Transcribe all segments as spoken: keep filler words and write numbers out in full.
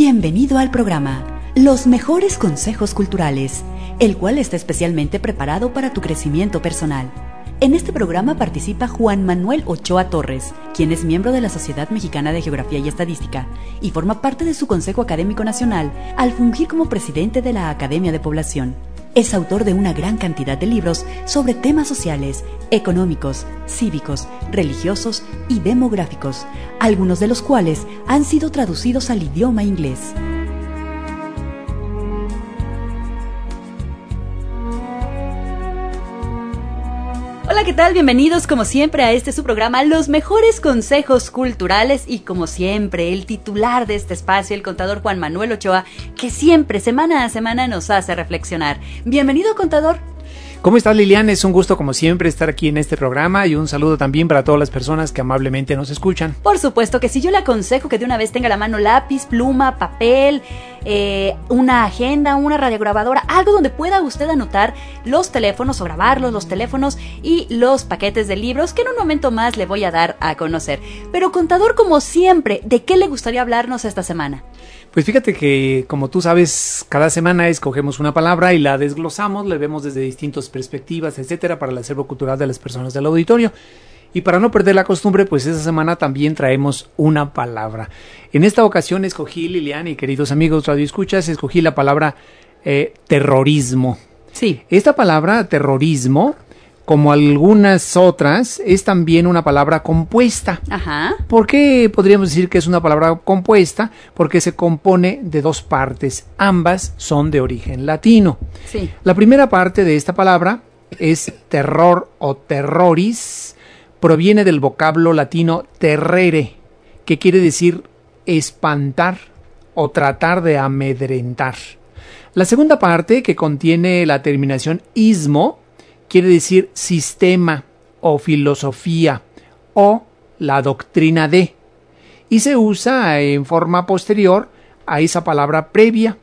Bienvenido al programa Los Mejores Consejos Culturales, el cual está especialmente preparado para tu crecimiento personal. En este programa participa Juan Manuel Ochoa Torres, quien es miembro de la Sociedad Mexicana de Geografía y Estadística y forma parte de su Consejo Académico Nacional al fungir como presidente de la Academia de Población. Es autor de una gran cantidad de libros sobre temas sociales, económicos, cívicos, religiosos y demográficos, algunos de los cuales han sido traducidos al idioma inglés. Hola, ¿qué tal? Bienvenidos como siempre a este su programa Los Mejores Consejos Culturales y como siempre el titular de este espacio, el contador Juan Manuel Ochoa, que siempre semana a semana nos hace reflexionar. Bienvenido, contador. ¿Cómo estás, Liliana? Es un gusto como siempre estar aquí en este programa y un saludo también para todas las personas que amablemente nos escuchan. Por supuesto que sí, yo le aconsejo que de una vez tenga a la mano lápiz, pluma, papel, eh, una agenda, una radiograbadora, algo donde pueda usted anotar los teléfonos o grabarlos, los teléfonos y los paquetes de libros que en un momento más le voy a dar a conocer. Pero contador, como siempre, ¿de qué le gustaría hablarnos esta semana? Pues fíjate que, como tú sabes, cada semana escogemos una palabra y la desglosamos, la vemos desde distintas perspectivas, etcétera, para el acervo cultural de las personas del auditorio. Y para no perder la costumbre, pues esta semana también traemos una palabra. En esta ocasión escogí, Liliana y queridos amigos radioescuchas, escogí la palabra eh, terrorismo. Sí. Esta palabra terrorismo, como algunas otras, es también una palabra compuesta. Ajá. ¿Por qué podríamos decir que es una palabra compuesta? Porque se compone de dos partes. Ambas son de origen latino. Sí. La primera parte de esta palabra es terror o terroris. Proviene del vocablo latino terrere, que quiere decir espantar o tratar de amedrentar. La segunda parte, que contiene la terminación ismo, quiere decir sistema o filosofía o la doctrina de, y se usa en forma posterior a esa palabra previa,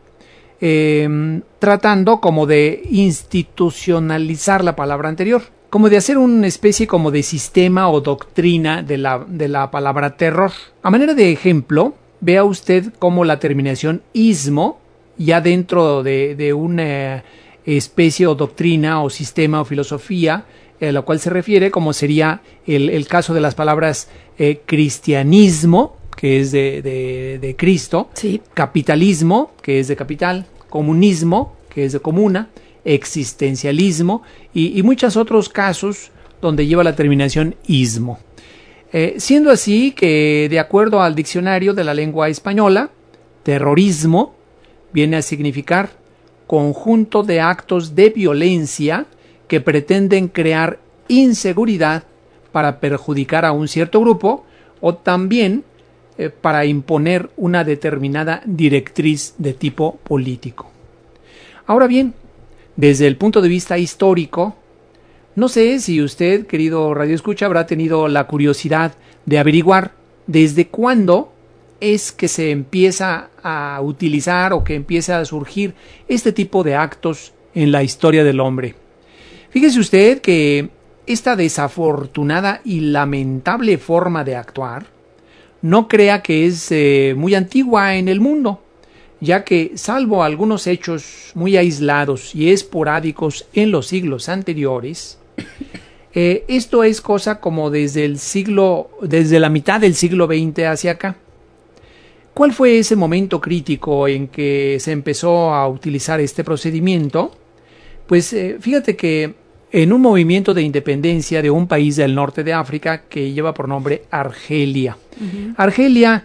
eh, tratando como de institucionalizar la palabra anterior, como de hacer una especie como de sistema o doctrina de la, de la palabra terror. A manera de ejemplo, vea usted cómo la terminación ismo, ya dentro de, de una especie o doctrina o sistema o filosofía a la cual se refiere, como sería el, el caso de las palabras eh, cristianismo, que es de, de, de Cristo, sí. Capitalismo, que es de capital, comunismo, que es de comuna, existencialismo y, y muchos otros casos donde lleva la terminación ismo. Eh, siendo así que, de acuerdo al diccionario de la lengua española, terrorismo viene a significar conjunto de actos de violencia que pretenden crear inseguridad para perjudicar a un cierto grupo o también eh, para imponer una determinada directriz de tipo político. Ahora bien, desde el punto de vista histórico, no sé si usted, querido radioescucha, habrá tenido la curiosidad de averiguar desde cuándo es que se empieza a utilizar o que empieza a surgir este tipo de actos en la historia del hombre. Fíjese usted que esta desafortunada y lamentable forma de actuar no crea que es eh, muy antigua en el mundo, ya que salvo algunos hechos muy aislados y esporádicos en los siglos anteriores, eh, esto es cosa como desde el siglo, desde la mitad del siglo veinte hacia acá. ¿Cuál fue ese momento crítico en que se empezó a utilizar este procedimiento? Pues eh, fíjate que en un movimiento de independencia de un país del norte de África que lleva por nombre Argelia. Uh-huh. Argelia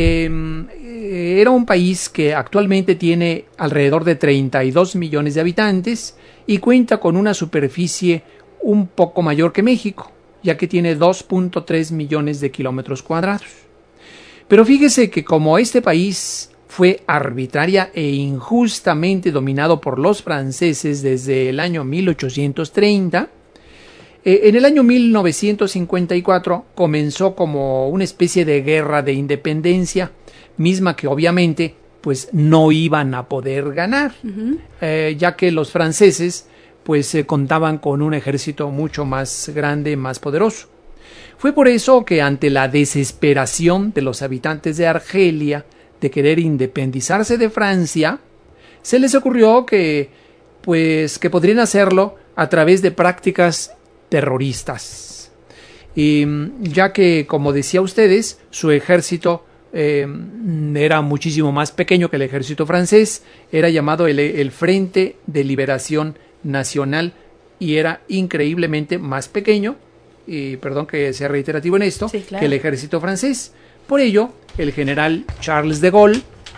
eh, era un país que actualmente tiene alrededor de treinta y dos millones de habitantes y cuenta con una superficie un poco mayor que México, ya que tiene dos punto tres millones de kilómetros cuadrados. Pero fíjese que como este país fue arbitraria e injustamente dominado por los franceses desde el año mil ochocientos treinta, eh, en el año mil novecientos cincuenta y cuatro comenzó como una especie de guerra de independencia, misma que obviamente pues no iban a poder ganar, uh-huh. eh, ya que los franceses pues eh, contaban con un ejército mucho más grande, más poderoso. Fue por eso que ante la desesperación de los habitantes de Argelia de querer independizarse de Francia, se les ocurrió que, pues, que podrían hacerlo a través de prácticas terroristas. Y ya que, como decía ustedes, su ejército eh, era muchísimo más pequeño que el ejército francés, era llamado el, el Frente de Liberación Nacional y era increíblemente más pequeño, y perdón que sea reiterativo en esto, sí, claro, que el ejército francés. Por ello, el general Charles de Gaulle,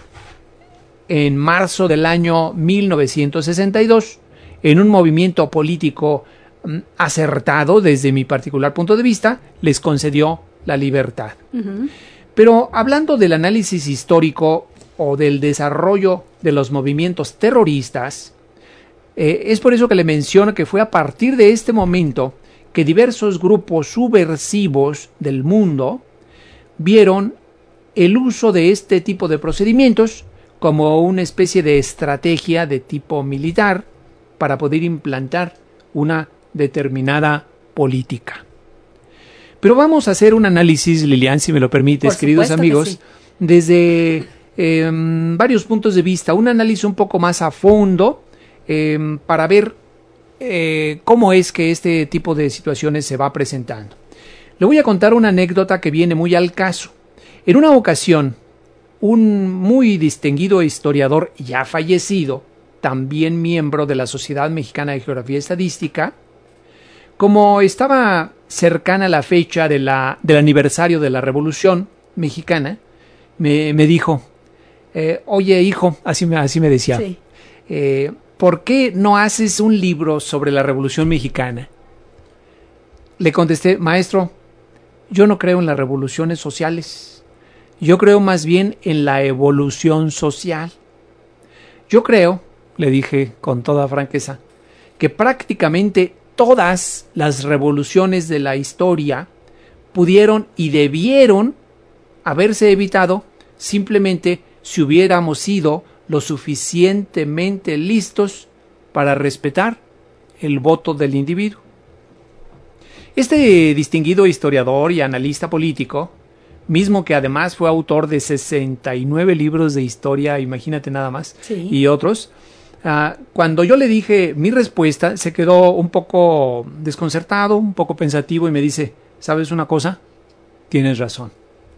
en marzo del año mil novecientos sesenta y dos, en un movimiento político mm, acertado desde mi particular punto de vista, les concedió la libertad. Uh-huh. Pero hablando del análisis histórico o del desarrollo de los movimientos terroristas, eh, es por eso que le menciono que fue a partir de este momento que diversos grupos subversivos del mundo vieron el uso de este tipo de procedimientos como una especie de estrategia de tipo militar para poder implantar una determinada política. Pero vamos a hacer un análisis, Lilian, si me lo permites, queridos amigos, sí, desde eh, varios puntos de vista, un análisis un poco más a fondo eh, para ver eh, cómo es que este tipo de situaciones se va presentando. Le voy a contar una anécdota que viene muy al caso. En una ocasión, un muy distinguido historiador ya fallecido, también miembro de la Sociedad Mexicana de Geografía y Estadística, como estaba cercana la fecha de la, del aniversario de la Revolución Mexicana, me, me dijo, eh, oye hijo, así me, así me decía, sí. eh, ¿por qué no haces un libro sobre la Revolución Mexicana? Le contesté, maestro, yo no creo en las revoluciones sociales, yo creo más bien en la evolución social. Yo creo, le dije con toda franqueza, que prácticamente todas las revoluciones de la historia pudieron y debieron haberse evitado simplemente si hubiéramos sido lo suficientemente listos para respetar el voto del individuo. Este distinguido historiador y analista político, mismo que además fue autor de sesenta y nueve libros de historia, imagínate nada más, sí, y otros, Uh, cuando yo le dije mi respuesta, se quedó un poco desconcertado, un poco pensativo y me dice, ¿sabes una cosa? Tienes razón.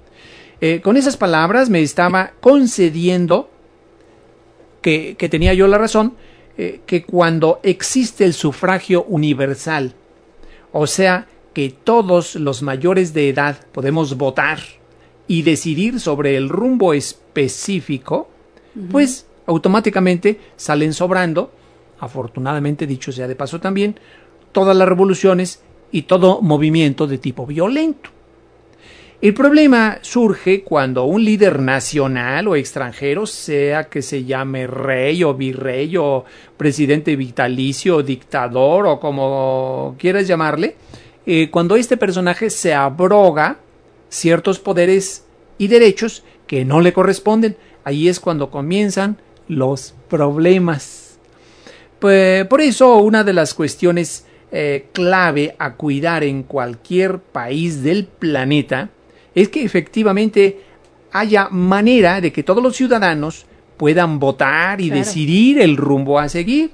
Eh, con esas palabras me estaba concediendo que, que tenía yo la razón, eh, que cuando existe el sufragio universal, o sea, que todos los mayores de edad podemos votar y decidir sobre el rumbo específico, uh-huh, pues automáticamente salen sobrando, afortunadamente dicho sea de paso también, todas las revoluciones y todo movimiento de tipo violento. El problema surge cuando un líder nacional o extranjero, sea que se llame rey o virrey o presidente vitalicio o dictador o como quieras llamarle, eh, cuando este personaje se abroga ciertos poderes y derechos que no le corresponden, ahí es cuando comienzan los problemas. Pues, por eso una de las cuestiones eh, clave a cuidar en cualquier país del planeta es que efectivamente haya manera de que todos los ciudadanos puedan votar y claro, decidir el rumbo a seguir.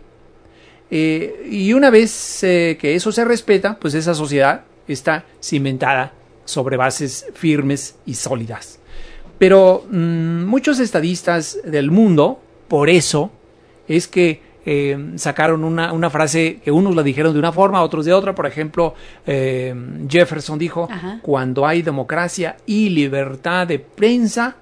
Eh, y una vez eh, que eso se respeta, pues esa sociedad está cimentada sobre bases firmes y sólidas. Pero mmm, muchos estadistas del mundo, por eso es que eh, sacaron una, una frase que unos la dijeron de una forma, otros de otra. Por ejemplo, eh, Jefferson dijo, ajá, cuando hay democracia y libertad de prensa,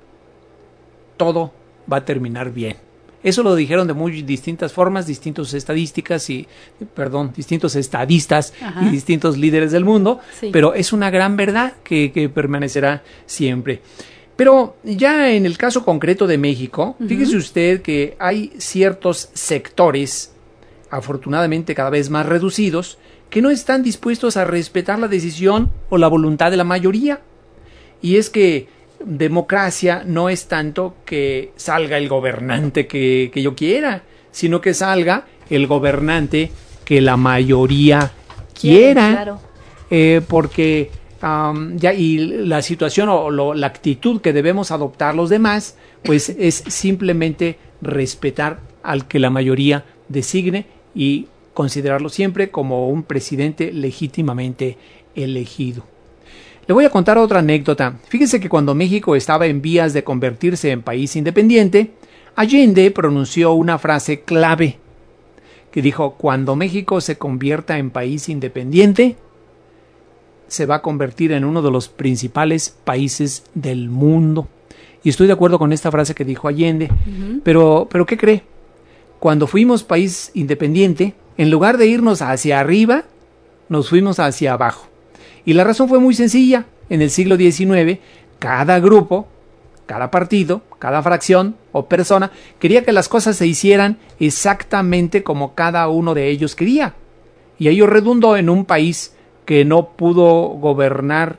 todo va a terminar bien. Eso lo dijeron de muy distintas formas, distintos estadísticas y, perdón, distintos estadistas, ajá, y distintos líderes del mundo, sí, pero es una gran verdad que, que permanecerá siempre. Pero ya en el caso concreto de México, uh-huh, fíjese usted que hay ciertos sectores, afortunadamente cada vez más reducidos, que no están dispuestos a respetar la decisión o la voluntad de la mayoría. Y es que democracia no es tanto que salga el gobernante que, que yo quiera, sino que salga el gobernante que la mayoría quiera. Claro. Eh, porque um, ya, y la situación o lo, la actitud que debemos adoptar los demás, pues es simplemente respetar al que la mayoría designe y considerarlo siempre como un presidente legítimamente elegido. Le voy a contar otra anécdota. Fíjese que cuando México estaba en vías de convertirse en país independiente, Allende pronunció una frase clave que dijo: cuando México se convierta en país independiente, se va a convertir en uno de los principales países del mundo. Y estoy de acuerdo con esta frase que dijo Allende. Uh-huh. Pero, pero ¿qué cree? Cuando fuimos país independiente, en lugar de irnos hacia arriba, nos fuimos hacia abajo. Y la razón fue muy sencilla. En el siglo diecinueve, cada grupo, cada partido, cada fracción o persona quería que las cosas se hicieran exactamente como cada uno de ellos quería. Y ello redundó en un país que no pudo gobernar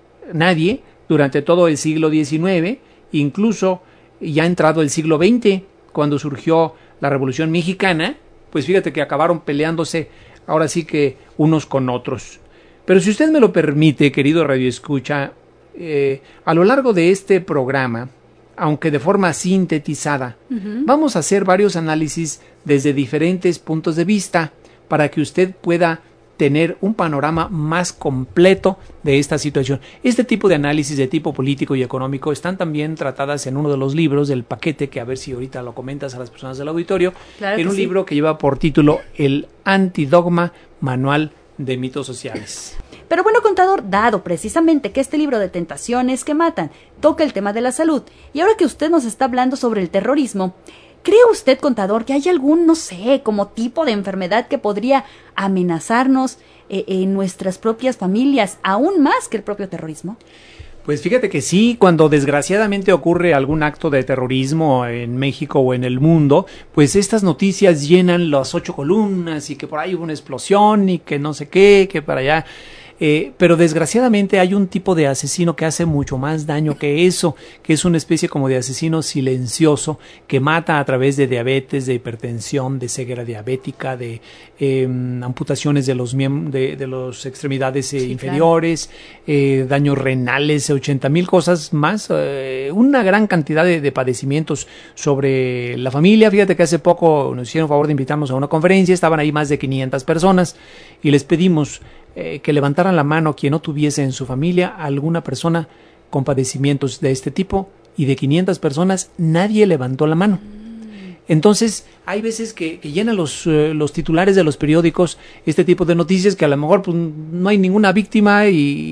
nadie durante todo el siglo diecinueve, incluso ya entrado el siglo veinte, cuando surgió la Revolución Mexicana, pues fíjate que acabaron peleándose ahora sí que unos con otros. Pero si usted me lo permite, querido radioescucha, eh, a lo largo de este programa, aunque de forma sintetizada, uh-huh, vamos a hacer varios análisis desde diferentes puntos de vista para que usted pueda tener un panorama más completo de esta situación. Este tipo de análisis de tipo político y económico están también tratadas en uno de los libros del paquete, que a ver si ahorita lo comentas a las personas del auditorio, claro en un sí. libro que lleva por título El Antidogma, Manual de Mitos Sociales. Pero bueno, contador, dado precisamente que este libro de Tentaciones que Matan toca el tema de la salud, y ahora que usted nos está hablando sobre el terrorismo, ¿cree usted, contador, que hay algún, no sé, como tipo de enfermedad que podría amenazarnos eh, en nuestras propias familias, aún más que el propio terrorismo? Pues fíjate que sí, cuando desgraciadamente ocurre algún acto de terrorismo en México o en el mundo, pues estas noticias llenan las ocho columnas y que por ahí hubo una explosión y que no sé qué, que para allá... Eh, pero desgraciadamente hay un tipo de asesino que hace mucho más daño que eso, que es una especie como de asesino silencioso que mata a través de diabetes, de hipertensión, de ceguera diabética, de eh, amputaciones de los miem- de, de los extremidades eh, sí, inferiores, claro. eh, daños renales, ochenta mil cosas más, eh, una gran cantidad de, de padecimientos sobre la familia. Fíjate que hace poco nos hicieron favor de invitarnos a una conferencia, estaban ahí más de quinientas personas y les pedimos Eh, que levantaran la mano quien no tuviese en su familia alguna persona con padecimientos de este tipo, y de quinientas personas nadie levantó la mano. Entonces hay veces que, que llenan los, eh, los titulares de los periódicos este tipo de noticias que a lo mejor pues, no hay ninguna víctima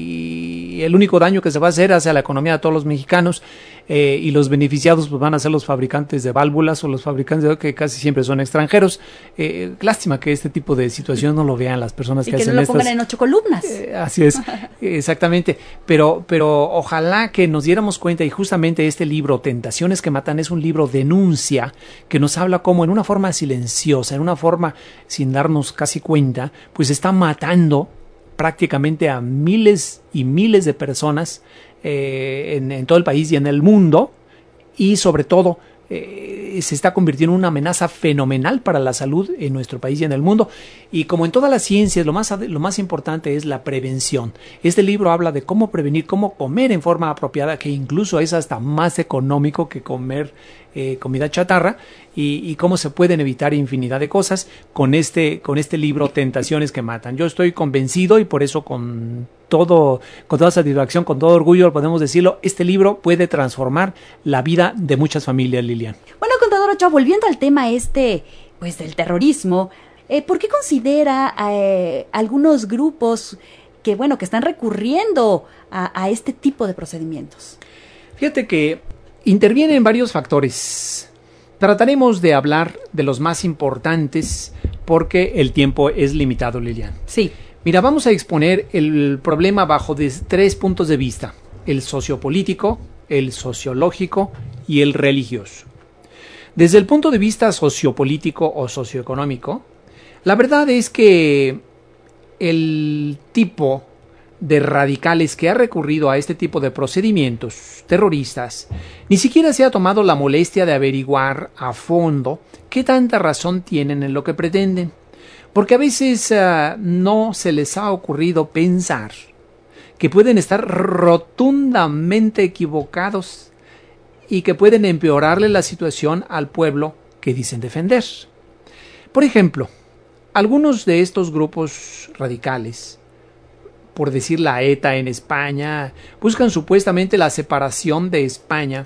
y el único daño que se va a hacer hacia la economía de todos los mexicanos, eh, y los beneficiados pues, van a ser los fabricantes de válvulas o los fabricantes de, que casi siempre son extranjeros. Eh, lástima que este tipo de situación no lo vean las personas y que, que hacen no lo estas, pongan en ocho columnas. Eh, así es, exactamente. Pero, pero ojalá que nos diéramos cuenta, y justamente este libro, Tentaciones que Matan, es un libro denuncia que nos habla cómo en una forma silenciosa, en una forma sin darnos casi cuenta, pues está matando prácticamente a miles y miles de personas eh, en, en todo el país y en el mundo, y sobre todo eh, se está convirtiendo en una amenaza fenomenal para la salud en nuestro país y en el mundo. Y como en todas las ciencias, lo más, lo más importante es la prevención. Este libro habla de cómo prevenir, cómo comer en forma apropiada, que incluso es hasta más económico que comer eh, comida chatarra, y, y cómo se pueden evitar infinidad de cosas con este, con este libro, Tentaciones que Matan. Yo estoy convencido, y por eso con todo, con toda satisfacción, con todo orgullo podemos decirlo, este libro puede transformar la vida de muchas familias, Lilian. Bueno, contador Ochoa, volviendo al tema este, pues del terrorismo, eh, ¿por qué considera eh, algunos grupos que, bueno, que están recurriendo a, a este tipo de procedimientos? Fíjate que intervienen varios factores. Trataremos de hablar de los más importantes porque el tiempo es limitado, Lilian. Sí. Mira, vamos a exponer el problema bajo de tres puntos de vista: el sociopolítico, el sociológico y el religioso. Desde el punto de vista sociopolítico o socioeconómico, la verdad es que el tipo de radicales que ha recurrido a este tipo de procedimientos terroristas ni siquiera se ha tomado la molestia de averiguar a fondo qué tanta razón tienen en lo que pretenden, porque a veces uh, no se les ha ocurrido pensar que pueden estar rotundamente equivocados y que pueden empeorarle la situación al pueblo que dicen defender. Por ejemplo, algunos de estos grupos radicales, por decir la ETA en España, buscan supuestamente la separación de España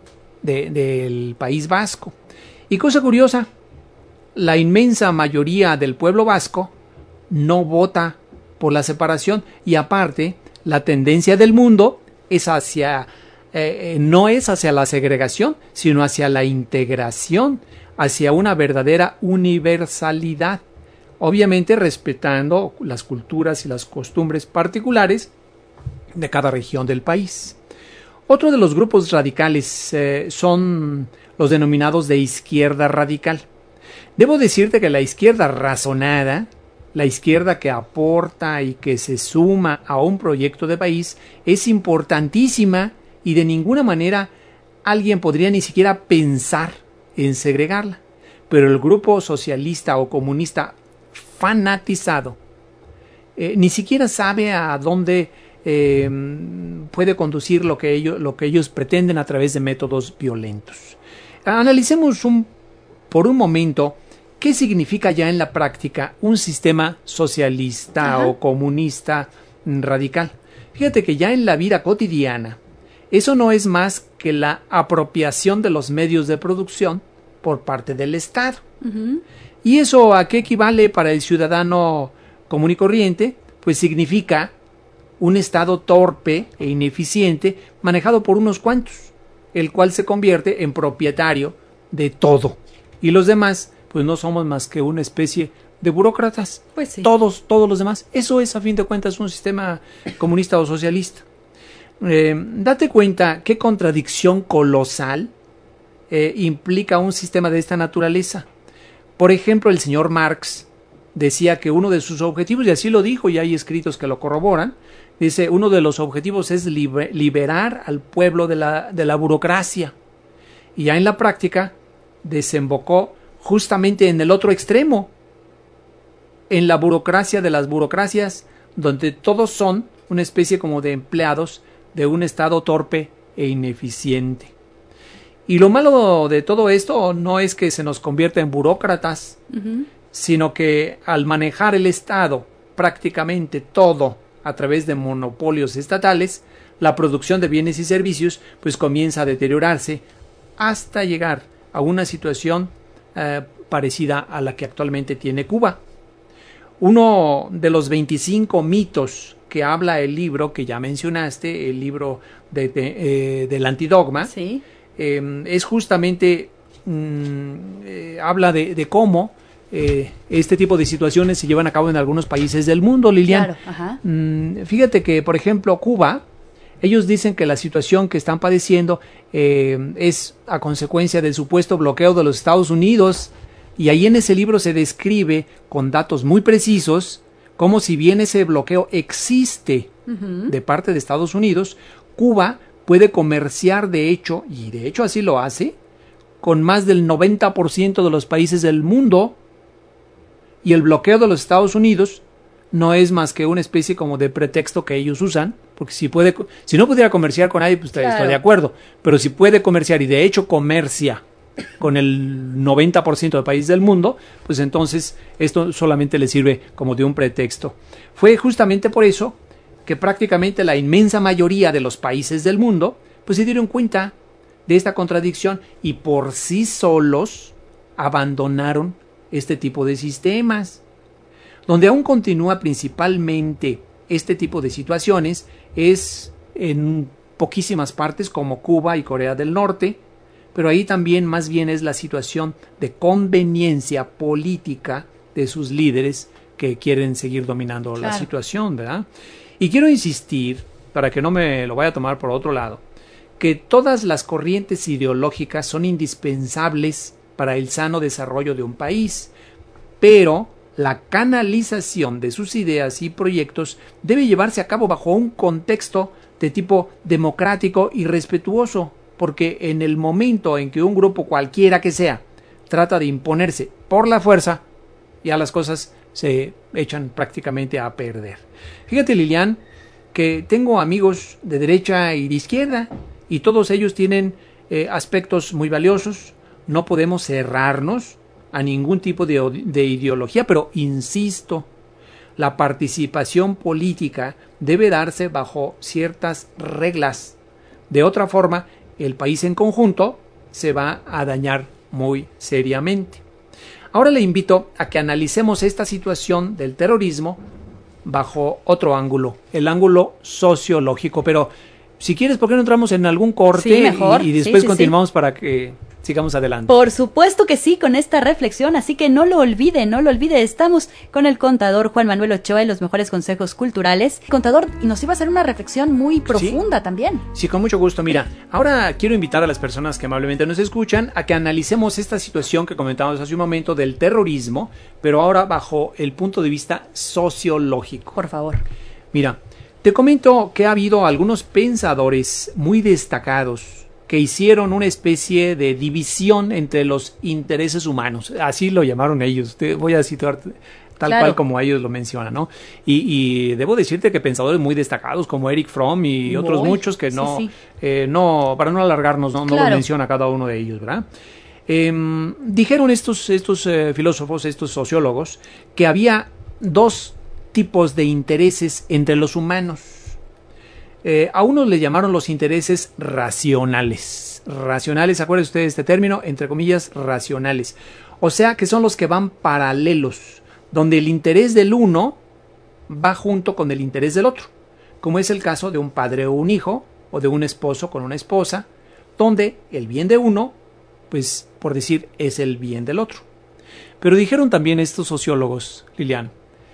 de, del País Vasco. Y cosa curiosa, la inmensa mayoría del pueblo vasco no vota por la separación, y aparte la tendencia del mundo es hacia eh, no es hacia la segregación, sino hacia la integración, hacia una verdadera universalidad, obviamente respetando las culturas y las costumbres particulares de cada región del país. Otro de los grupos radicales eh, son los denominados de izquierda radical. Debo decirte que la izquierda razonada, la izquierda que aporta y que se suma a un proyecto de país, es importantísima y de ninguna manera alguien podría ni siquiera pensar en segregarla. Pero el grupo socialista o comunista fanatizado eh, ni siquiera sabe a dónde eh, puede conducir lo que, ellos, lo que ellos pretenden a través de métodos violentos. Analicemos un, por un momento qué significa ya en la práctica un sistema socialista Ajá. o comunista radical. Fíjate que ya en la vida cotidiana eso no es más que la apropiación de los medios de producción por parte del Estado. Uh-huh. ¿Y eso a qué equivale para el ciudadano común y corriente? Pues significa un Estado torpe e ineficiente manejado por unos cuantos, el cual se convierte en propietario de todo. Y los demás, pues no somos más que una especie de burócratas. Pues sí. Todos, todos los demás. Eso es, a fin de cuentas, un sistema comunista o socialista. Eh, date cuenta qué contradicción colosal eh, implica un sistema de esta naturaleza. Por ejemplo, el señor Marx decía que uno de sus objetivos, y así lo dijo, y hay escritos que lo corroboran, dice, uno de los objetivos es liber, liberar al pueblo de la, de la burocracia. Y ya en la práctica desembocó justamente en el otro extremo, en la burocracia de las burocracias, donde todos son una especie como de empleados de un Estado torpe e ineficiente. Y lo malo de todo esto no es que se nos convierta en burócratas, uh-huh. sino que al manejar el Estado prácticamente todo a través de monopolios estatales, la producción de bienes y servicios pues comienza a deteriorarse hasta llegar a una situación eh, parecida a la que actualmente tiene Cuba. Uno de los veinticinco mitos que habla el libro que ya mencionaste, el libro de, de, eh, del antidogma, sí. eh, es justamente, mm, eh, habla de, de cómo eh, este tipo de situaciones se llevan a cabo en algunos países del mundo, Lilian. Claro, ajá. Mm, fíjate que, por ejemplo, Cuba, ellos dicen que la situación que están padeciendo eh, es a consecuencia del supuesto bloqueo de los Estados Unidos, y ahí en ese libro se describe con datos muy precisos como si bien ese bloqueo existe uh-huh. de parte de Estados Unidos, Cuba puede comerciar de hecho, y de hecho así lo hace, con más del noventa por ciento de los países del mundo, y el bloqueo de los Estados Unidos no es más que una especie como de pretexto que ellos usan, porque si puede, si no pudiera comerciar con nadie, pues claro. estoy de acuerdo, pero si puede comerciar y de hecho comercia con el noventa por ciento de países del mundo, pues entonces esto solamente le sirve como de un pretexto. Fue justamente por eso que prácticamente la inmensa mayoría de los países del mundo pues se dieron cuenta de esta contradicción y por sí solos abandonaron este tipo de sistemas. Donde aún continúa principalmente este tipo de situaciones es en poquísimas partes como Cuba y Corea del Norte, pero ahí también más bien es la situación de conveniencia política de sus líderes que quieren seguir dominando claro. la situación, ¿verdad? Y quiero insistir, para que no me lo vaya a tomar por otro lado, que todas las corrientes ideológicas son indispensables para el sano desarrollo de un país, pero la canalización de sus ideas y proyectos debe llevarse a cabo bajo un contexto de tipo democrático y respetuoso, porque en el momento en que un grupo cualquiera que sea trata de imponerse por la fuerza, ya las cosas se echan prácticamente a perder. Fíjate, Lilian, que tengo amigos de derecha y de izquierda y todos ellos tienen eh, aspectos muy valiosos. No podemos cerrarnos a ningún tipo de, de ideología, pero insisto, la participación política debe darse bajo ciertas reglas. De otra forma, el país en conjunto se va a dañar muy seriamente. Ahora le invito a que analicemos esta situación del terrorismo bajo otro ángulo, el ángulo sociológico. Pero si quieres, ¿por qué no entramos en algún corte? Sí, mejor. y, y después sí, sí, continuamos sí. para que sigamos adelante? Por supuesto que sí, con esta reflexión, así que no lo olvide, no lo olvide. Estamos con el contador Juan Manuel Ochoa en los mejores consejos culturales. Contador, nos iba a hacer una reflexión muy profunda ¿Sí? también. Sí, con mucho gusto. Mira, ahora quiero invitar a las personas que amablemente nos escuchan a que analicemos esta situación que comentábamos hace un momento del terrorismo, pero ahora bajo el punto de vista sociológico. Por favor. Mira, te comento que ha habido algunos pensadores muy destacados que hicieron una especie de división entre los intereses humanos. Así lo llamaron ellos. Te voy a citar tal Claro. cual como ellos lo mencionan, ¿no? Y, y debo decirte que pensadores muy destacados como Eric Fromm y Muy. otros muchos que Sí, no, sí. Eh, no, para no alargarnos, no, no Claro. lo menciona cada uno de ellos, ¿verdad? Eh, dijeron estos, estos eh, filósofos, estos sociólogos, que había dos tipos de intereses entre los humanos. Eh, a unos le llamaron los intereses racionales. Racionales, acuérdense ustedes de este término, entre comillas, racionales. O sea, que son los que van paralelos, donde el interés del uno va junto con el interés del otro, como es el caso de un padre o un hijo, o de un esposo con una esposa, donde el bien de uno, pues, por decir, es el bien del otro. Pero dijeron también estos sociólogos, Lilian,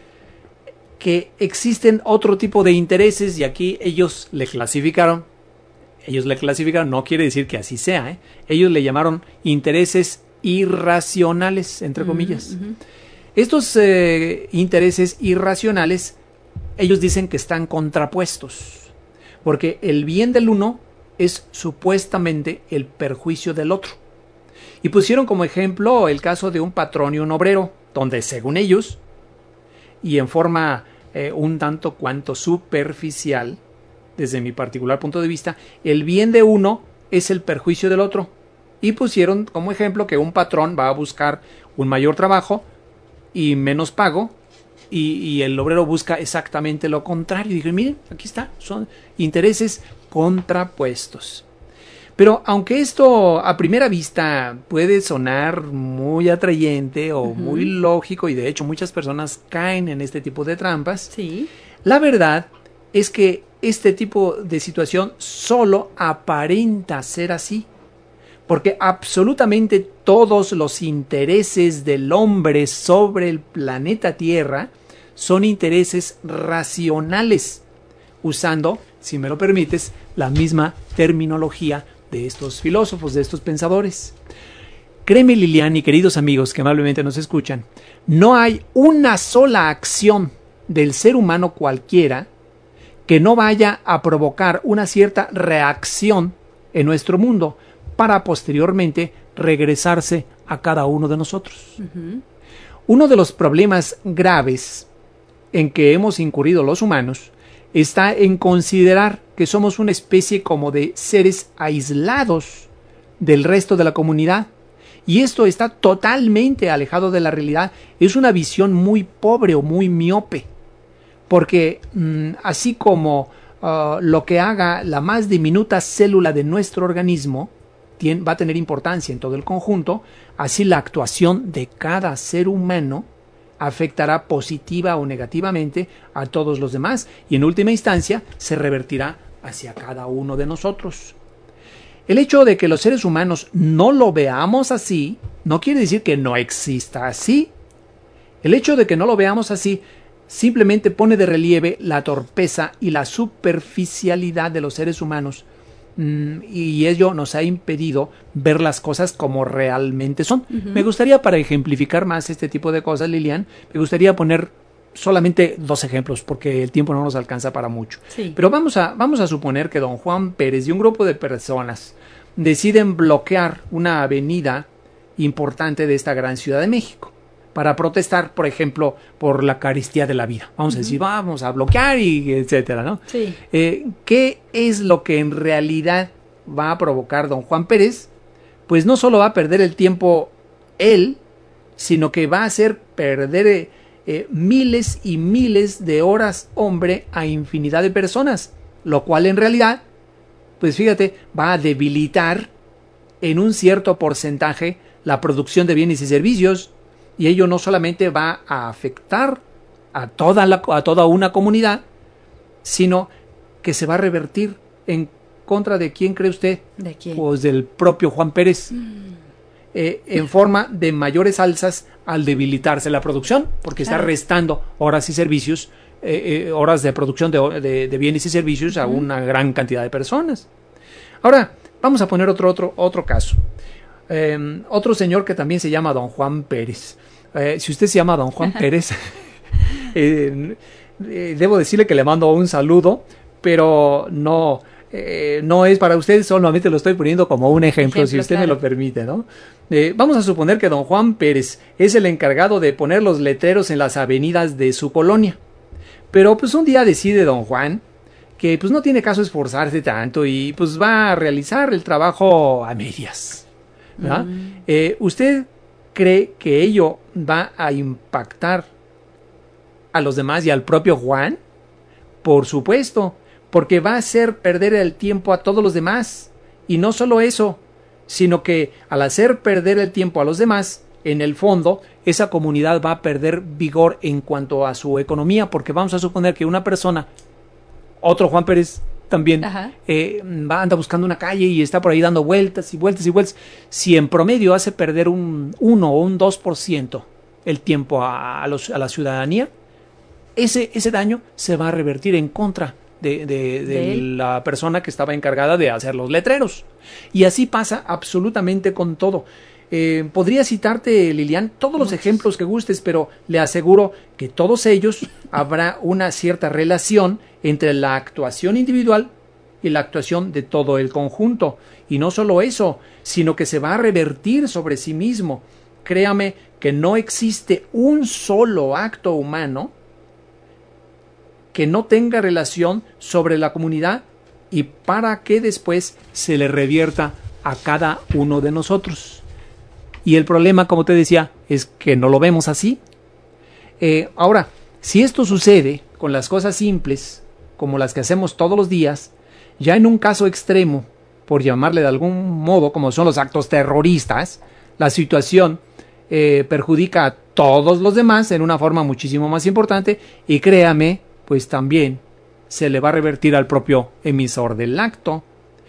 que existen otro tipo de intereses y aquí ellos le clasificaron, ellos le clasificaron, no quiere decir que así sea, ¿eh? Ellos le llamaron intereses irracionales, entre comillas. Uh-huh, uh-huh. Estos eh, intereses irracionales, ellos dicen que están contrapuestos, porque el bien del uno es supuestamente el perjuicio del otro. Y pusieron como ejemplo el caso de un patrón y un obrero, donde según ellos, y en forma eh, un tanto cuanto superficial, desde mi particular punto de vista, el bien de uno es el perjuicio del otro. Y pusieron como ejemplo que un patrón va a buscar un mayor trabajo y menos pago, y, y el obrero busca exactamente lo contrario. Y dije, miren, aquí está, son intereses contrapuestos. Pero aunque esto a primera vista puede sonar muy atrayente o uh-huh. muy lógico, y de hecho muchas personas caen en este tipo de trampas, sí. La verdad es que este tipo de situación solo aparenta ser así, porque absolutamente todos los intereses del hombre sobre el planeta Tierra son intereses racionales, usando, si me lo permites, la misma terminología de estos filósofos, de estos pensadores. Créeme, Lilian y queridos amigos que amablemente nos escuchan, no hay una sola acción del ser humano cualquiera que no vaya a provocar una cierta reacción en nuestro mundo para posteriormente regresarse a cada uno de nosotros. Uh-huh. Uno de los problemas graves en que hemos incurrido los humanos está en considerar que somos una especie como de seres aislados del resto de la comunidad. Y esto está totalmente alejado de la realidad. Es una visión muy pobre o muy miope. Porque mmm, así como uh, lo que haga la más diminuta célula de nuestro organismo tiene, va a tener importancia en todo el conjunto, así la actuación de cada ser humano afectará positiva o negativamente a todos los demás y en última instancia se revertirá hacia cada uno de nosotros. El hecho de que los seres humanos no lo veamos así no quiere decir que no exista así. El hecho de que no lo veamos así simplemente pone de relieve la torpeza y la superficialidad de los seres humanos, y ello nos ha impedido ver las cosas como realmente son. Uh-huh. Me gustaría, para ejemplificar más este tipo de cosas, Lilian, me gustaría poner solamente dos ejemplos porque el tiempo no nos alcanza para mucho. Sí. Pero vamos a, vamos a suponer que don Juan Pérez y un grupo de personas deciden bloquear una avenida importante de esta gran Ciudad de México. para protestar, por ejemplo, por la carestía de la vida. Vamos uh-huh. a decir, vamos a bloquear y etcétera, ¿no? Sí. Eh, ¿Qué es lo que en realidad va a provocar don Juan Pérez? Pues no solo va a perder el tiempo él, sino que va a hacer perder eh, eh, miles y miles de horas hombre a infinidad de personas, lo cual en realidad, pues fíjate, va a debilitar en un cierto porcentaje la producción de bienes y servicios, y ello no solamente va a afectar a toda, la, a toda una comunidad, sino que se va a revertir en contra de quién cree usted. ¿De quién? Pues del propio Juan Pérez, mm. eh, en forma de mayores alzas al debilitarse la producción, porque claro. está restando horas y servicios, eh, eh, horas de producción de, de, de bienes y servicios uh-huh. a una gran cantidad de personas. Ahora, vamos a poner otro, otro, otro caso. Eh, otro señor que también se llama don Juan Pérez. Eh, si usted se llama don Juan Pérez, eh, eh, debo decirle que le mando un saludo, pero no, eh, no es para usted, solamente lo estoy poniendo como un ejemplo, ejemplo si usted claro. me lo permite, ¿no? Eh, vamos a suponer que don Juan Pérez es el encargado de poner los letreros en las avenidas de su colonia, pero pues un día decide don Juan que pues no tiene caso esforzarse tanto y pues va a realizar el trabajo a medias, ¿verdad? Mm. Eh, ¿Usted cree que ello va a impactar a los demás y al propio Juan? Por supuesto, porque va a hacer perder el tiempo a todos los demás. Y no solo eso, sino que al hacer perder el tiempo a los demás, en el fondo, esa comunidad va a perder vigor en cuanto a su economía, porque vamos a suponer que una persona, otro Juan Pérez también, eh, va anda buscando una calle y está por ahí dando vueltas y vueltas y vueltas. Si en promedio hace perder un uno o un dos por ciento el tiempo a, a, los, a la ciudadanía, ese, ese daño se va a revertir en contra de, de, de, de la persona que estaba encargada de hacer los letreros. Y así pasa absolutamente con todo. Eh, podría citarte, Lilian, todos los ejemplos que gustes, pero le aseguro que todos ellos habrá una cierta relación entre la actuación individual y la actuación de todo el conjunto. Y no solo eso, sino que se va a revertir sobre sí mismo. Créame que no existe un solo acto humano que no tenga relación sobre la comunidad y para que después se le revierta a cada uno de nosotros. Y el problema, como te decía, es que no lo vemos así. Eh, ahora, si esto sucede con las cosas simples, como las que hacemos todos los días, ya en un caso extremo, por llamarle de algún modo, como son los actos terroristas, la situación eh, perjudica a todos los demás en una forma muchísimo más importante y créame, pues también se le va a revertir al propio emisor del acto.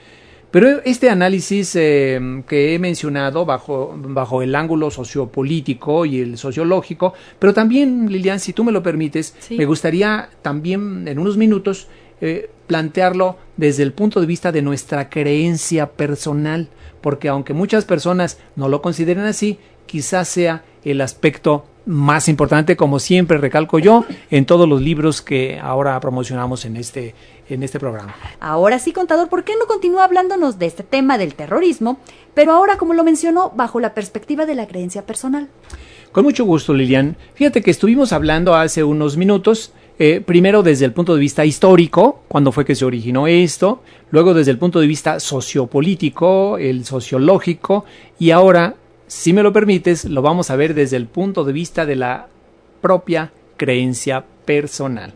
Pero este análisis eh, que he mencionado bajo, bajo el ángulo sociopolítico y el sociológico, pero también, Lilian, si tú me lo permites, sí. me gustaría también en unos minutos eh, plantearlo desde el punto de vista de nuestra creencia personal, porque aunque muchas personas no lo consideren así, quizás sea el aspecto más importante, como siempre recalco yo, en todos los libros que ahora promocionamos en este, en este programa. Ahora sí, contador, ¿por qué no continúa hablándonos de este tema del terrorismo, pero ahora, como lo mencionó, bajo la perspectiva de la creencia personal? Con mucho gusto, Lilian. Fíjate que estuvimos hablando hace unos minutos, eh, primero desde el punto de vista histórico, cuándo fue que se originó esto, luego desde el punto de vista sociopolítico, el sociológico, y ahora, si me lo permites, lo vamos a ver desde el punto de vista de la propia creencia personal.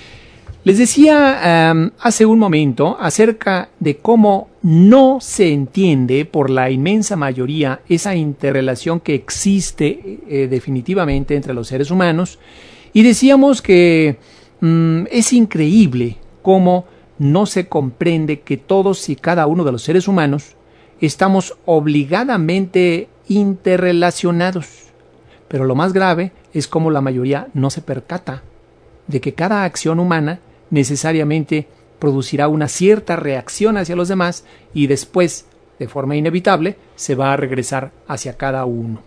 Les decía um, hace un momento acerca de cómo no se entiende por la inmensa mayoría esa interrelación que existe eh, definitivamente entre los seres humanos, y decíamos que um, es increíble cómo no se comprende que todos y cada uno de los seres humanos estamos obligadamente interrelacionados, pero lo más grave es cómo la mayoría no se percata de que cada acción humana necesariamente producirá una cierta reacción hacia los demás y después, de forma inevitable, se va a regresar hacia cada uno.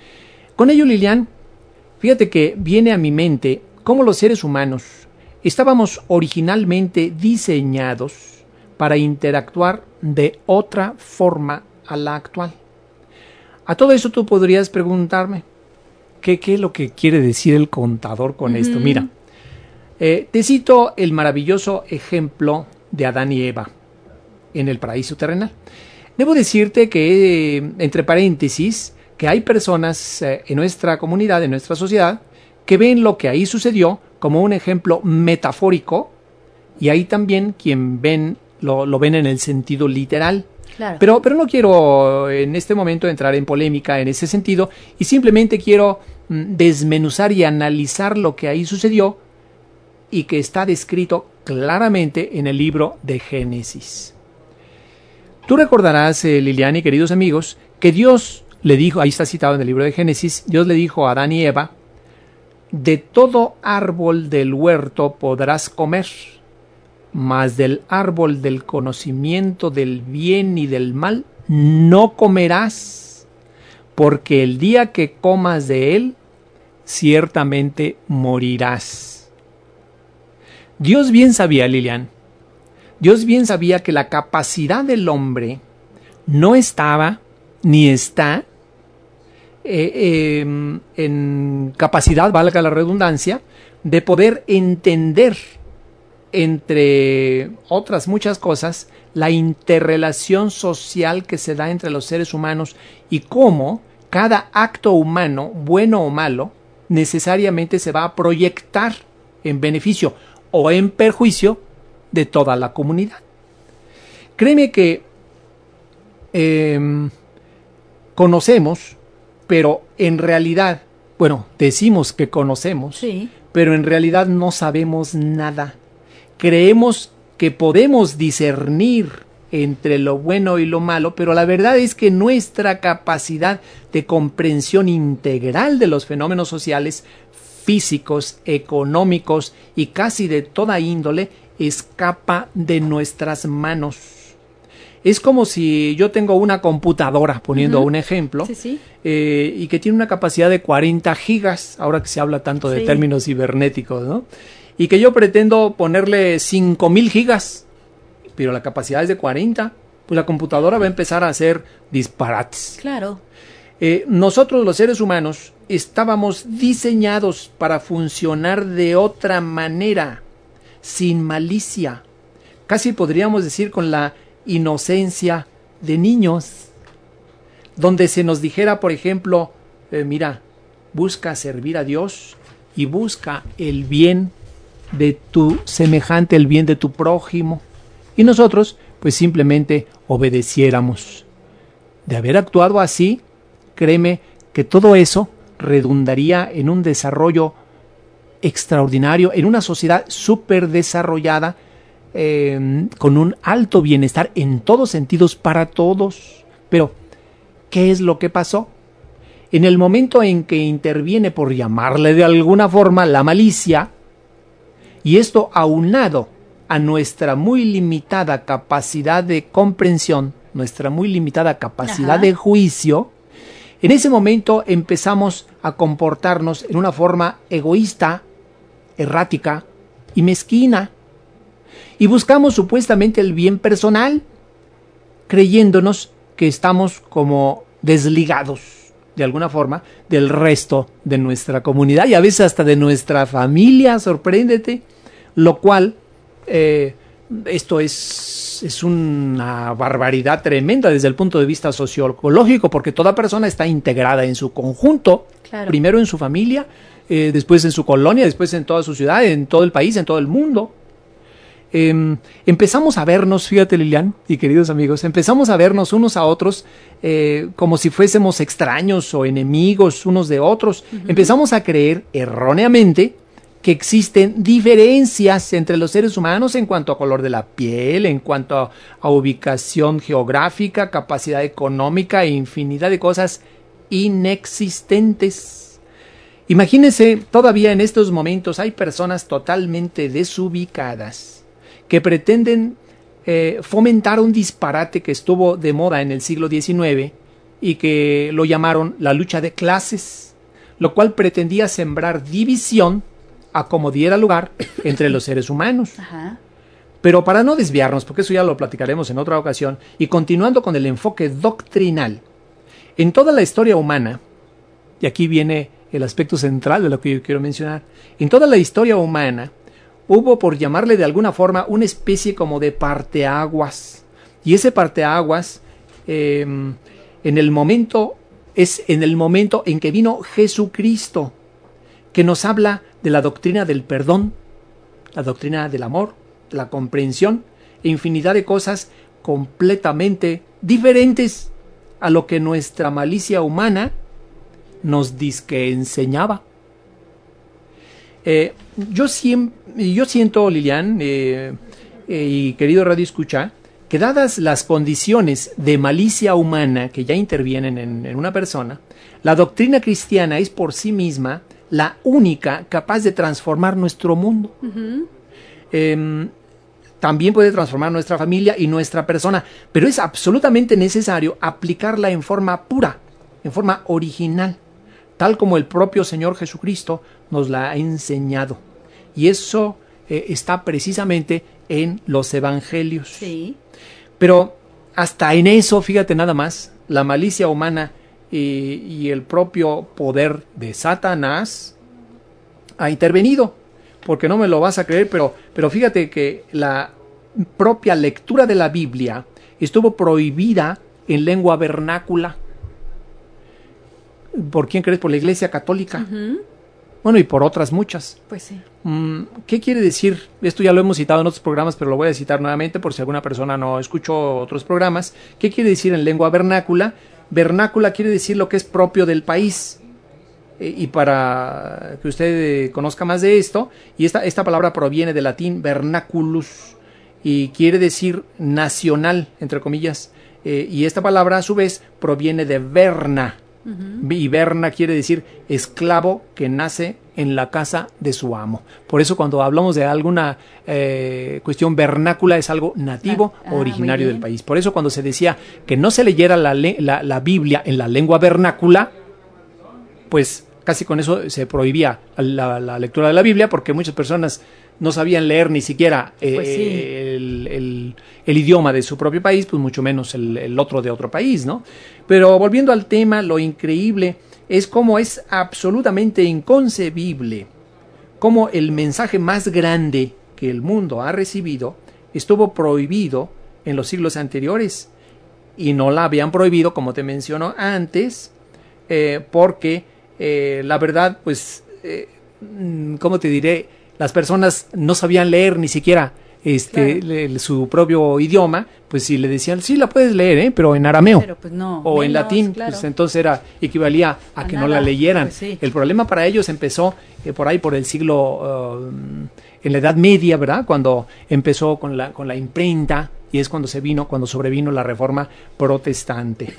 Con ello, Lilian, fíjate que viene a mi mente cómo los seres humanos estábamos originalmente diseñados para interactuar de otra forma a la actual. A todo eso tú podrías preguntarme, ¿qué, qué es lo que quiere decir el contador con uh-huh. esto? Mira, eh, te cito el maravilloso ejemplo de Adán y Eva en el paraíso terrenal. Debo decirte que, eh, entre paréntesis, que hay personas eh, en nuestra comunidad, en nuestra sociedad, que ven lo que ahí sucedió como un ejemplo metafórico, y hay también quien ven, lo, lo ven en el sentido literal. Claro. Pero, pero no quiero en este momento entrar en polémica en ese sentido, y simplemente quiero mm, desmenuzar y analizar lo que ahí sucedió y que está descrito claramente en el libro de Génesis. Tú recordarás, eh, Liliana y queridos amigos, que Dios le dijo, ahí está citado en el libro de Génesis, Dios le dijo a Adán y Eva: de todo árbol del huerto podrás comer, mas del árbol del conocimiento del bien y del mal no comerás, porque el día que comas de él, ciertamente morirás. Dios bien sabía, Lilian, Dios bien sabía que la capacidad del hombre no estaba ni está eh, eh, en capacidad, valga la redundancia, de poder entender, entre otras muchas cosas, la interrelación social que se da entre los seres humanos y cómo cada acto humano, bueno o malo, necesariamente se va a proyectar en beneficio o en perjuicio de toda la comunidad. Créeme que eh, conocemos, pero en realidad, bueno, decimos que conocemos, sí, pero en realidad no sabemos nada. Creemos que podemos discernir entre lo bueno y lo malo, pero la verdad es que nuestra capacidad de comprensión integral de los fenómenos sociales, físicos, económicos y casi de toda índole escapa de nuestras manos. Es como si yo tengo una computadora, poniendo uh-huh. un ejemplo, sí, sí. Eh, y que tiene una capacidad de cuarenta gigas, ahora que se habla tanto de sí. términos cibernéticos, ¿no? Y que yo pretendo ponerle cinco mil gigas, pero la capacidad es de cuarenta, pues la computadora va a empezar a hacer disparates. Claro. Eh, nosotros los seres humanos estábamos diseñados para funcionar de otra manera, sin malicia, casi podríamos decir con la inocencia de niños, donde se nos dijera, por ejemplo, eh, mira, busca servir a Dios y busca el bien de tu semejante, el bien de tu prójimo, y nosotros pues simplemente obedeciéramos. De haber actuado así, créeme que todo eso redundaría en un desarrollo extraordinario, en una sociedad súper desarrollada, eh, con un alto bienestar en todos sentidos para todos. Pero, ¿qué es lo que pasó? En el momento en que interviene, por llamarle de alguna forma, la malicia, y esto aunado a nuestra muy limitada capacidad de comprensión, nuestra muy limitada capacidad Ajá. de juicio, en ese momento empezamos a comportarnos en una forma egoísta, errática y mezquina, y buscamos supuestamente el bien personal, creyéndonos que estamos como desligados de alguna forma del resto de nuestra comunidad y a veces hasta de nuestra familia, sorpréndete, lo cual eh, esto es, es una barbaridad tremenda desde el punto de vista sociológico, porque toda persona está integrada en su conjunto, claro. primero en su familia, eh, después en su colonia, después en toda su ciudad, en todo el país, en todo el mundo. Eh, empezamos a vernos, fíjate Lilian y queridos amigos, empezamos a vernos unos a otros eh, como si fuésemos extraños o enemigos unos de otros. Uh-huh. Empezamos a creer erróneamente que existen diferencias entre los seres humanos en cuanto a color de la piel, en cuanto a, a ubicación geográfica, capacidad económica e infinidad de cosas inexistentes. Imagínense, todavía en estos momentos hay personas totalmente desubicadas que pretenden eh, fomentar un disparate que estuvo de moda en el siglo diecinueve y que lo llamaron la lucha de clases, lo cual pretendía sembrar división a como diera lugar entre los seres humanos. Ajá. Pero para no desviarnos, porque eso ya lo platicaremos en otra ocasión, y continuando con el enfoque doctrinal, en toda la historia humana, y aquí viene el aspecto central de lo que yo quiero mencionar. En toda la historia humana hubo, por llamarle de alguna forma, una especie como de parteaguas. Y ese parteaguas eh, en el momento, es en el momento en que vino Jesucristo, que nos habla de la doctrina del perdón, la doctrina del amor, la comprensión e infinidad de cosas completamente diferentes a lo que nuestra malicia humana nos disque enseñaba. Eh, yo, siempre, yo siento, Lilian, eh, eh, y querido Radio Escucha, que dadas las condiciones de malicia humana que ya intervienen en, en una persona, la doctrina cristiana es por sí misma la única capaz de transformar nuestro mundo. Uh-huh. Eh, también puede transformar nuestra familia y nuestra persona, pero es absolutamente necesario aplicarla en forma pura, en forma original, tal como el propio Señor Jesucristo nos la ha enseñado. Y eso eh, está precisamente en los evangelios. Sí. Pero hasta en eso, fíjate nada más, la malicia humana y, y el propio poder de Satanás ha intervenido. Porque no me lo vas a creer, pero, pero fíjate que la propia lectura de la Biblia estuvo prohibida en lengua vernácula. ¿Por quién crees? Por la Iglesia Católica. Uh-huh. Bueno, y por otras muchas. Pues sí. Mm, ¿qué quiere decir? Esto ya lo hemos citado en otros programas, pero lo voy a citar nuevamente por si alguna persona no escuchó otros programas. ¿Qué quiere decir en lengua vernácula? Vernácula quiere decir lo que es propio del país. Y para que usted conozca más de esto, y esta, esta palabra proviene del latín vernaculus y quiere decir nacional, entre comillas, eh, y esta palabra a su vez proviene de verna, uh-huh. Y verna quiere decir esclavo que nace en la casa de su amo. Por eso cuando hablamos de alguna eh, cuestión vernácula es algo nativo, ah, originario del país. Por eso cuando se decía que no se leyera la, la, la Biblia en la lengua vernácula, pues casi con eso se prohibía la, la lectura de la Biblia, porque muchas personas no sabían leer ni siquiera eh, pues sí. el, el, el idioma de su propio país, pues mucho menos el, el otro de otro país, ¿no? Pero volviendo al tema, lo increíble es cómo es absolutamente inconcebible cómo el mensaje más grande que el mundo ha recibido estuvo prohibido en los siglos anteriores, y no la habían prohibido, como te menciono antes, eh, porque Eh, la verdad, pues, eh, ¿cómo te diré? Las personas no sabían leer ni siquiera este claro. le, su propio idioma, pues si le decían, sí, la puedes leer, ¿eh? Pero en arameo pero, pues, no, o menos, en latín, claro. Pues entonces era equivalía a, a que nada. No la leyeran. Pues sí. El problema para ellos empezó eh, por ahí por el siglo, uh, en la Edad Media, ¿verdad? Cuando empezó con la, con la imprenta, y es cuando se vino, cuando sobrevino la Reforma Protestante.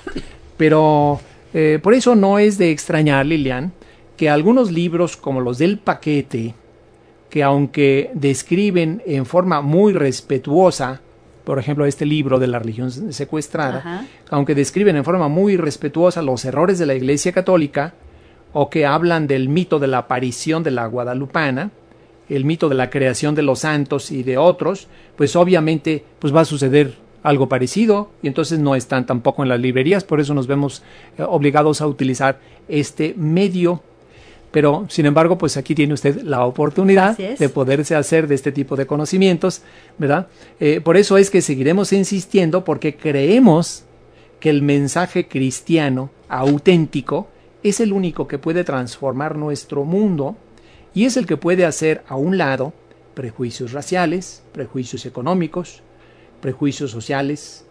Pero Eh, por eso no es de extrañar, Lilian, que algunos libros como los del Paquete, que aunque describen en forma muy respetuosa, por ejemplo este libro de la religión secuestrada, ajá. Aunque describen en forma muy respetuosa los errores de la Iglesia Católica, o que hablan del mito de la aparición de la Guadalupana, el mito de la creación de los santos y de otros, pues obviamente pues va a suceder algo parecido, y entonces no están tampoco en las librerías, por eso nos vemos eh, obligados a utilizar este medio. Pero, sin embargo, pues aquí tiene usted la oportunidad de poderse hacer de este tipo de conocimientos, ¿verdad? Eh, por eso es que seguiremos insistiendo, porque creemos que el mensaje cristiano auténtico es el único que puede transformar nuestro mundo, y es el que puede hacer a un lado prejuicios raciales, prejuicios económicos, prejuicios sociales,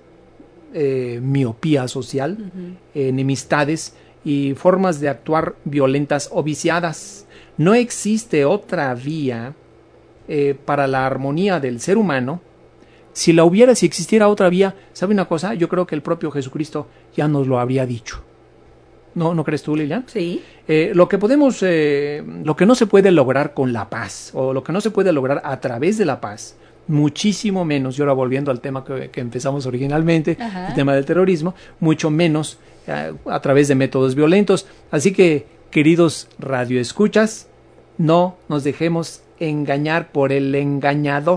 eh, miopía social, uh-huh. eh, enemistades y formas de actuar violentas o viciadas. No existe otra vía eh, para la armonía del ser humano. Si la hubiera, si existiera otra vía, ¿sabe una cosa? Yo creo que el propio Jesucristo ya nos lo habría dicho. ¿No, no crees tú, Lilian? Sí. Eh, lo que podemos, eh, lo que no se puede lograr con la paz, o lo que no se puede lograr a través de la paz, muchísimo menos, y ahora volviendo al tema que, que empezamos originalmente, ajá. El tema del terrorismo, mucho menos eh, a través de métodos violentos. Así que, queridos radioescuchas, no nos dejemos engañar por el engañador,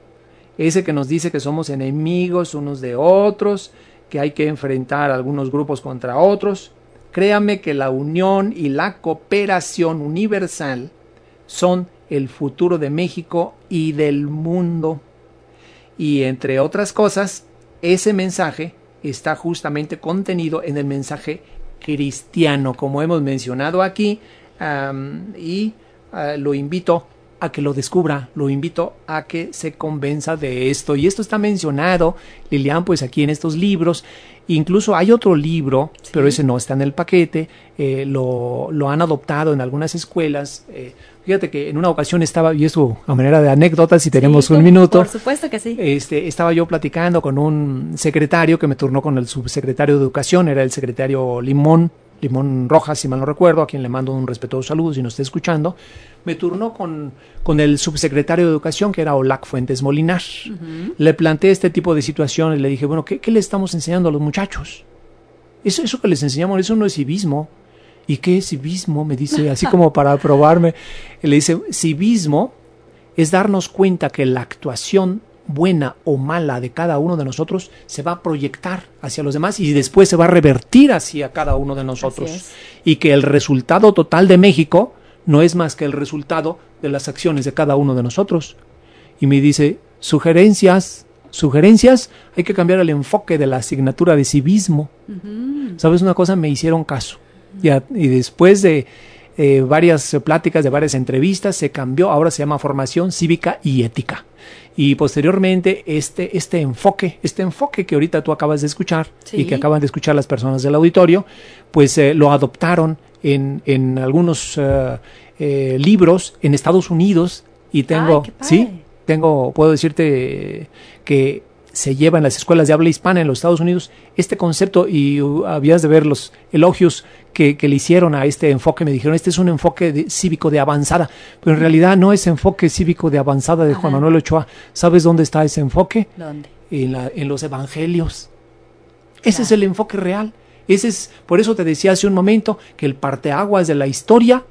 ese que nos dice que somos enemigos unos de otros, que hay que enfrentar a algunos grupos contra otros. Créame que la unión y la cooperación universal son el futuro de México y del mundo. Y entre otras cosas, ese mensaje está justamente contenido en el mensaje cristiano, como hemos mencionado aquí, um, y uh, lo invito a que lo descubra, lo invito a que se convenza de esto. Y esto está mencionado, Lilian, pues aquí en estos libros. Incluso hay otro libro, sí, pero ese no está en el paquete, eh, lo, lo han adoptado en algunas escuelas. Eh, fíjate que en una ocasión estaba, y esto a manera de anécdota, si tenemos sí, un minuto. Por supuesto que sí. Este, estaba yo platicando con un secretario que me turnó con el subsecretario de Educación, era el secretario Limón, Limón Rojas, si mal no recuerdo, a quien le mando un respetuoso saludo si nos está escuchando. Me turnó con, con el subsecretario de Educación, que era Olac Fuentes Molinar. Uh-huh. Le planteé este tipo de situaciones, le dije, bueno, ¿qué, qué le estamos enseñando a los muchachos? Eso, eso que les enseñamos, eso no es civismo. ¿Y qué es civismo? Me dice, así como para probarme. Le dice, civismo es darnos cuenta que la actuación buena o mala de cada uno de nosotros se va a proyectar hacia los demás y después se va a revertir hacia cada uno de nosotros. Y que el resultado total de México no es más que el resultado de las acciones de cada uno de nosotros. Y me dice, sugerencias, sugerencias, hay que cambiar el enfoque de la asignatura de civismo. Uh-huh. ¿Sabes una cosa? Me hicieron caso. Uh-huh. Ya, y después de eh, varias pláticas, de varias entrevistas, se cambió, ahora se llama formación cívica y ética. Y posteriormente este, este enfoque, este enfoque que ahorita tú acabas de escuchar, sí, y que acaban de escuchar las personas del auditorio, pues eh, lo adoptaron en, en algunos uh, eh, libros en Estados Unidos y tengo, Ay, sí, tengo, puedo decirte que se lleva en las escuelas de habla hispana en los Estados Unidos este concepto y uh, habías de ver los elogios que, que le hicieron a este enfoque. Me dijeron, este es un enfoque de, cívico de avanzada, pero en realidad no es enfoque cívico de avanzada de Ajá. Juan Manuel Ochoa. ¿Sabes dónde está ese enfoque? ¿Dónde? En, la, en los evangelios. Ese claro. es el enfoque real. Ese es, por eso te decía hace un momento que el parteaguas de la historia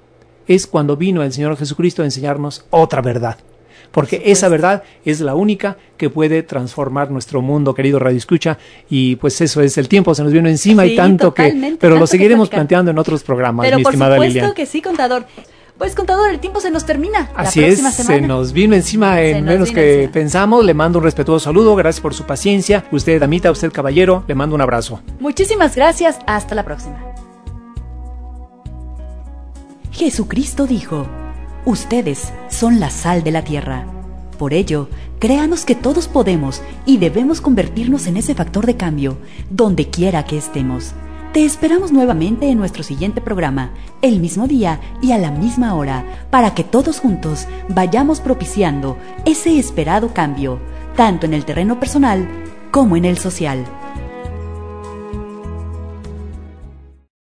es cuando vino el Señor Jesucristo a enseñarnos otra verdad. Porque esa verdad es la única que puede transformar nuestro mundo, querido Radio Escucha, y pues eso es, el tiempo se nos vino encima sí, y tanto que, pero tanto lo seguiremos planteando en otros programas, pero mi estimada Lilian. Pero por supuesto que sí, contador. Pues, contador, el tiempo se nos termina. Así la es, semana. se nos vino encima en menos que encima. pensamos. Le mando un respetuoso saludo, gracias por su paciencia. Usted, damita, usted, caballero, le mando un abrazo. Muchísimas gracias, hasta la próxima. Jesucristo dijo: ustedes son la sal de la tierra. Por ello, créanos que todos podemos y debemos convertirnos en ese factor de cambio, donde quiera que estemos. Te esperamos nuevamente en nuestro siguiente programa, el mismo día y a la misma hora, para que todos juntos vayamos propiciando ese esperado cambio, tanto en el terreno personal como en el social.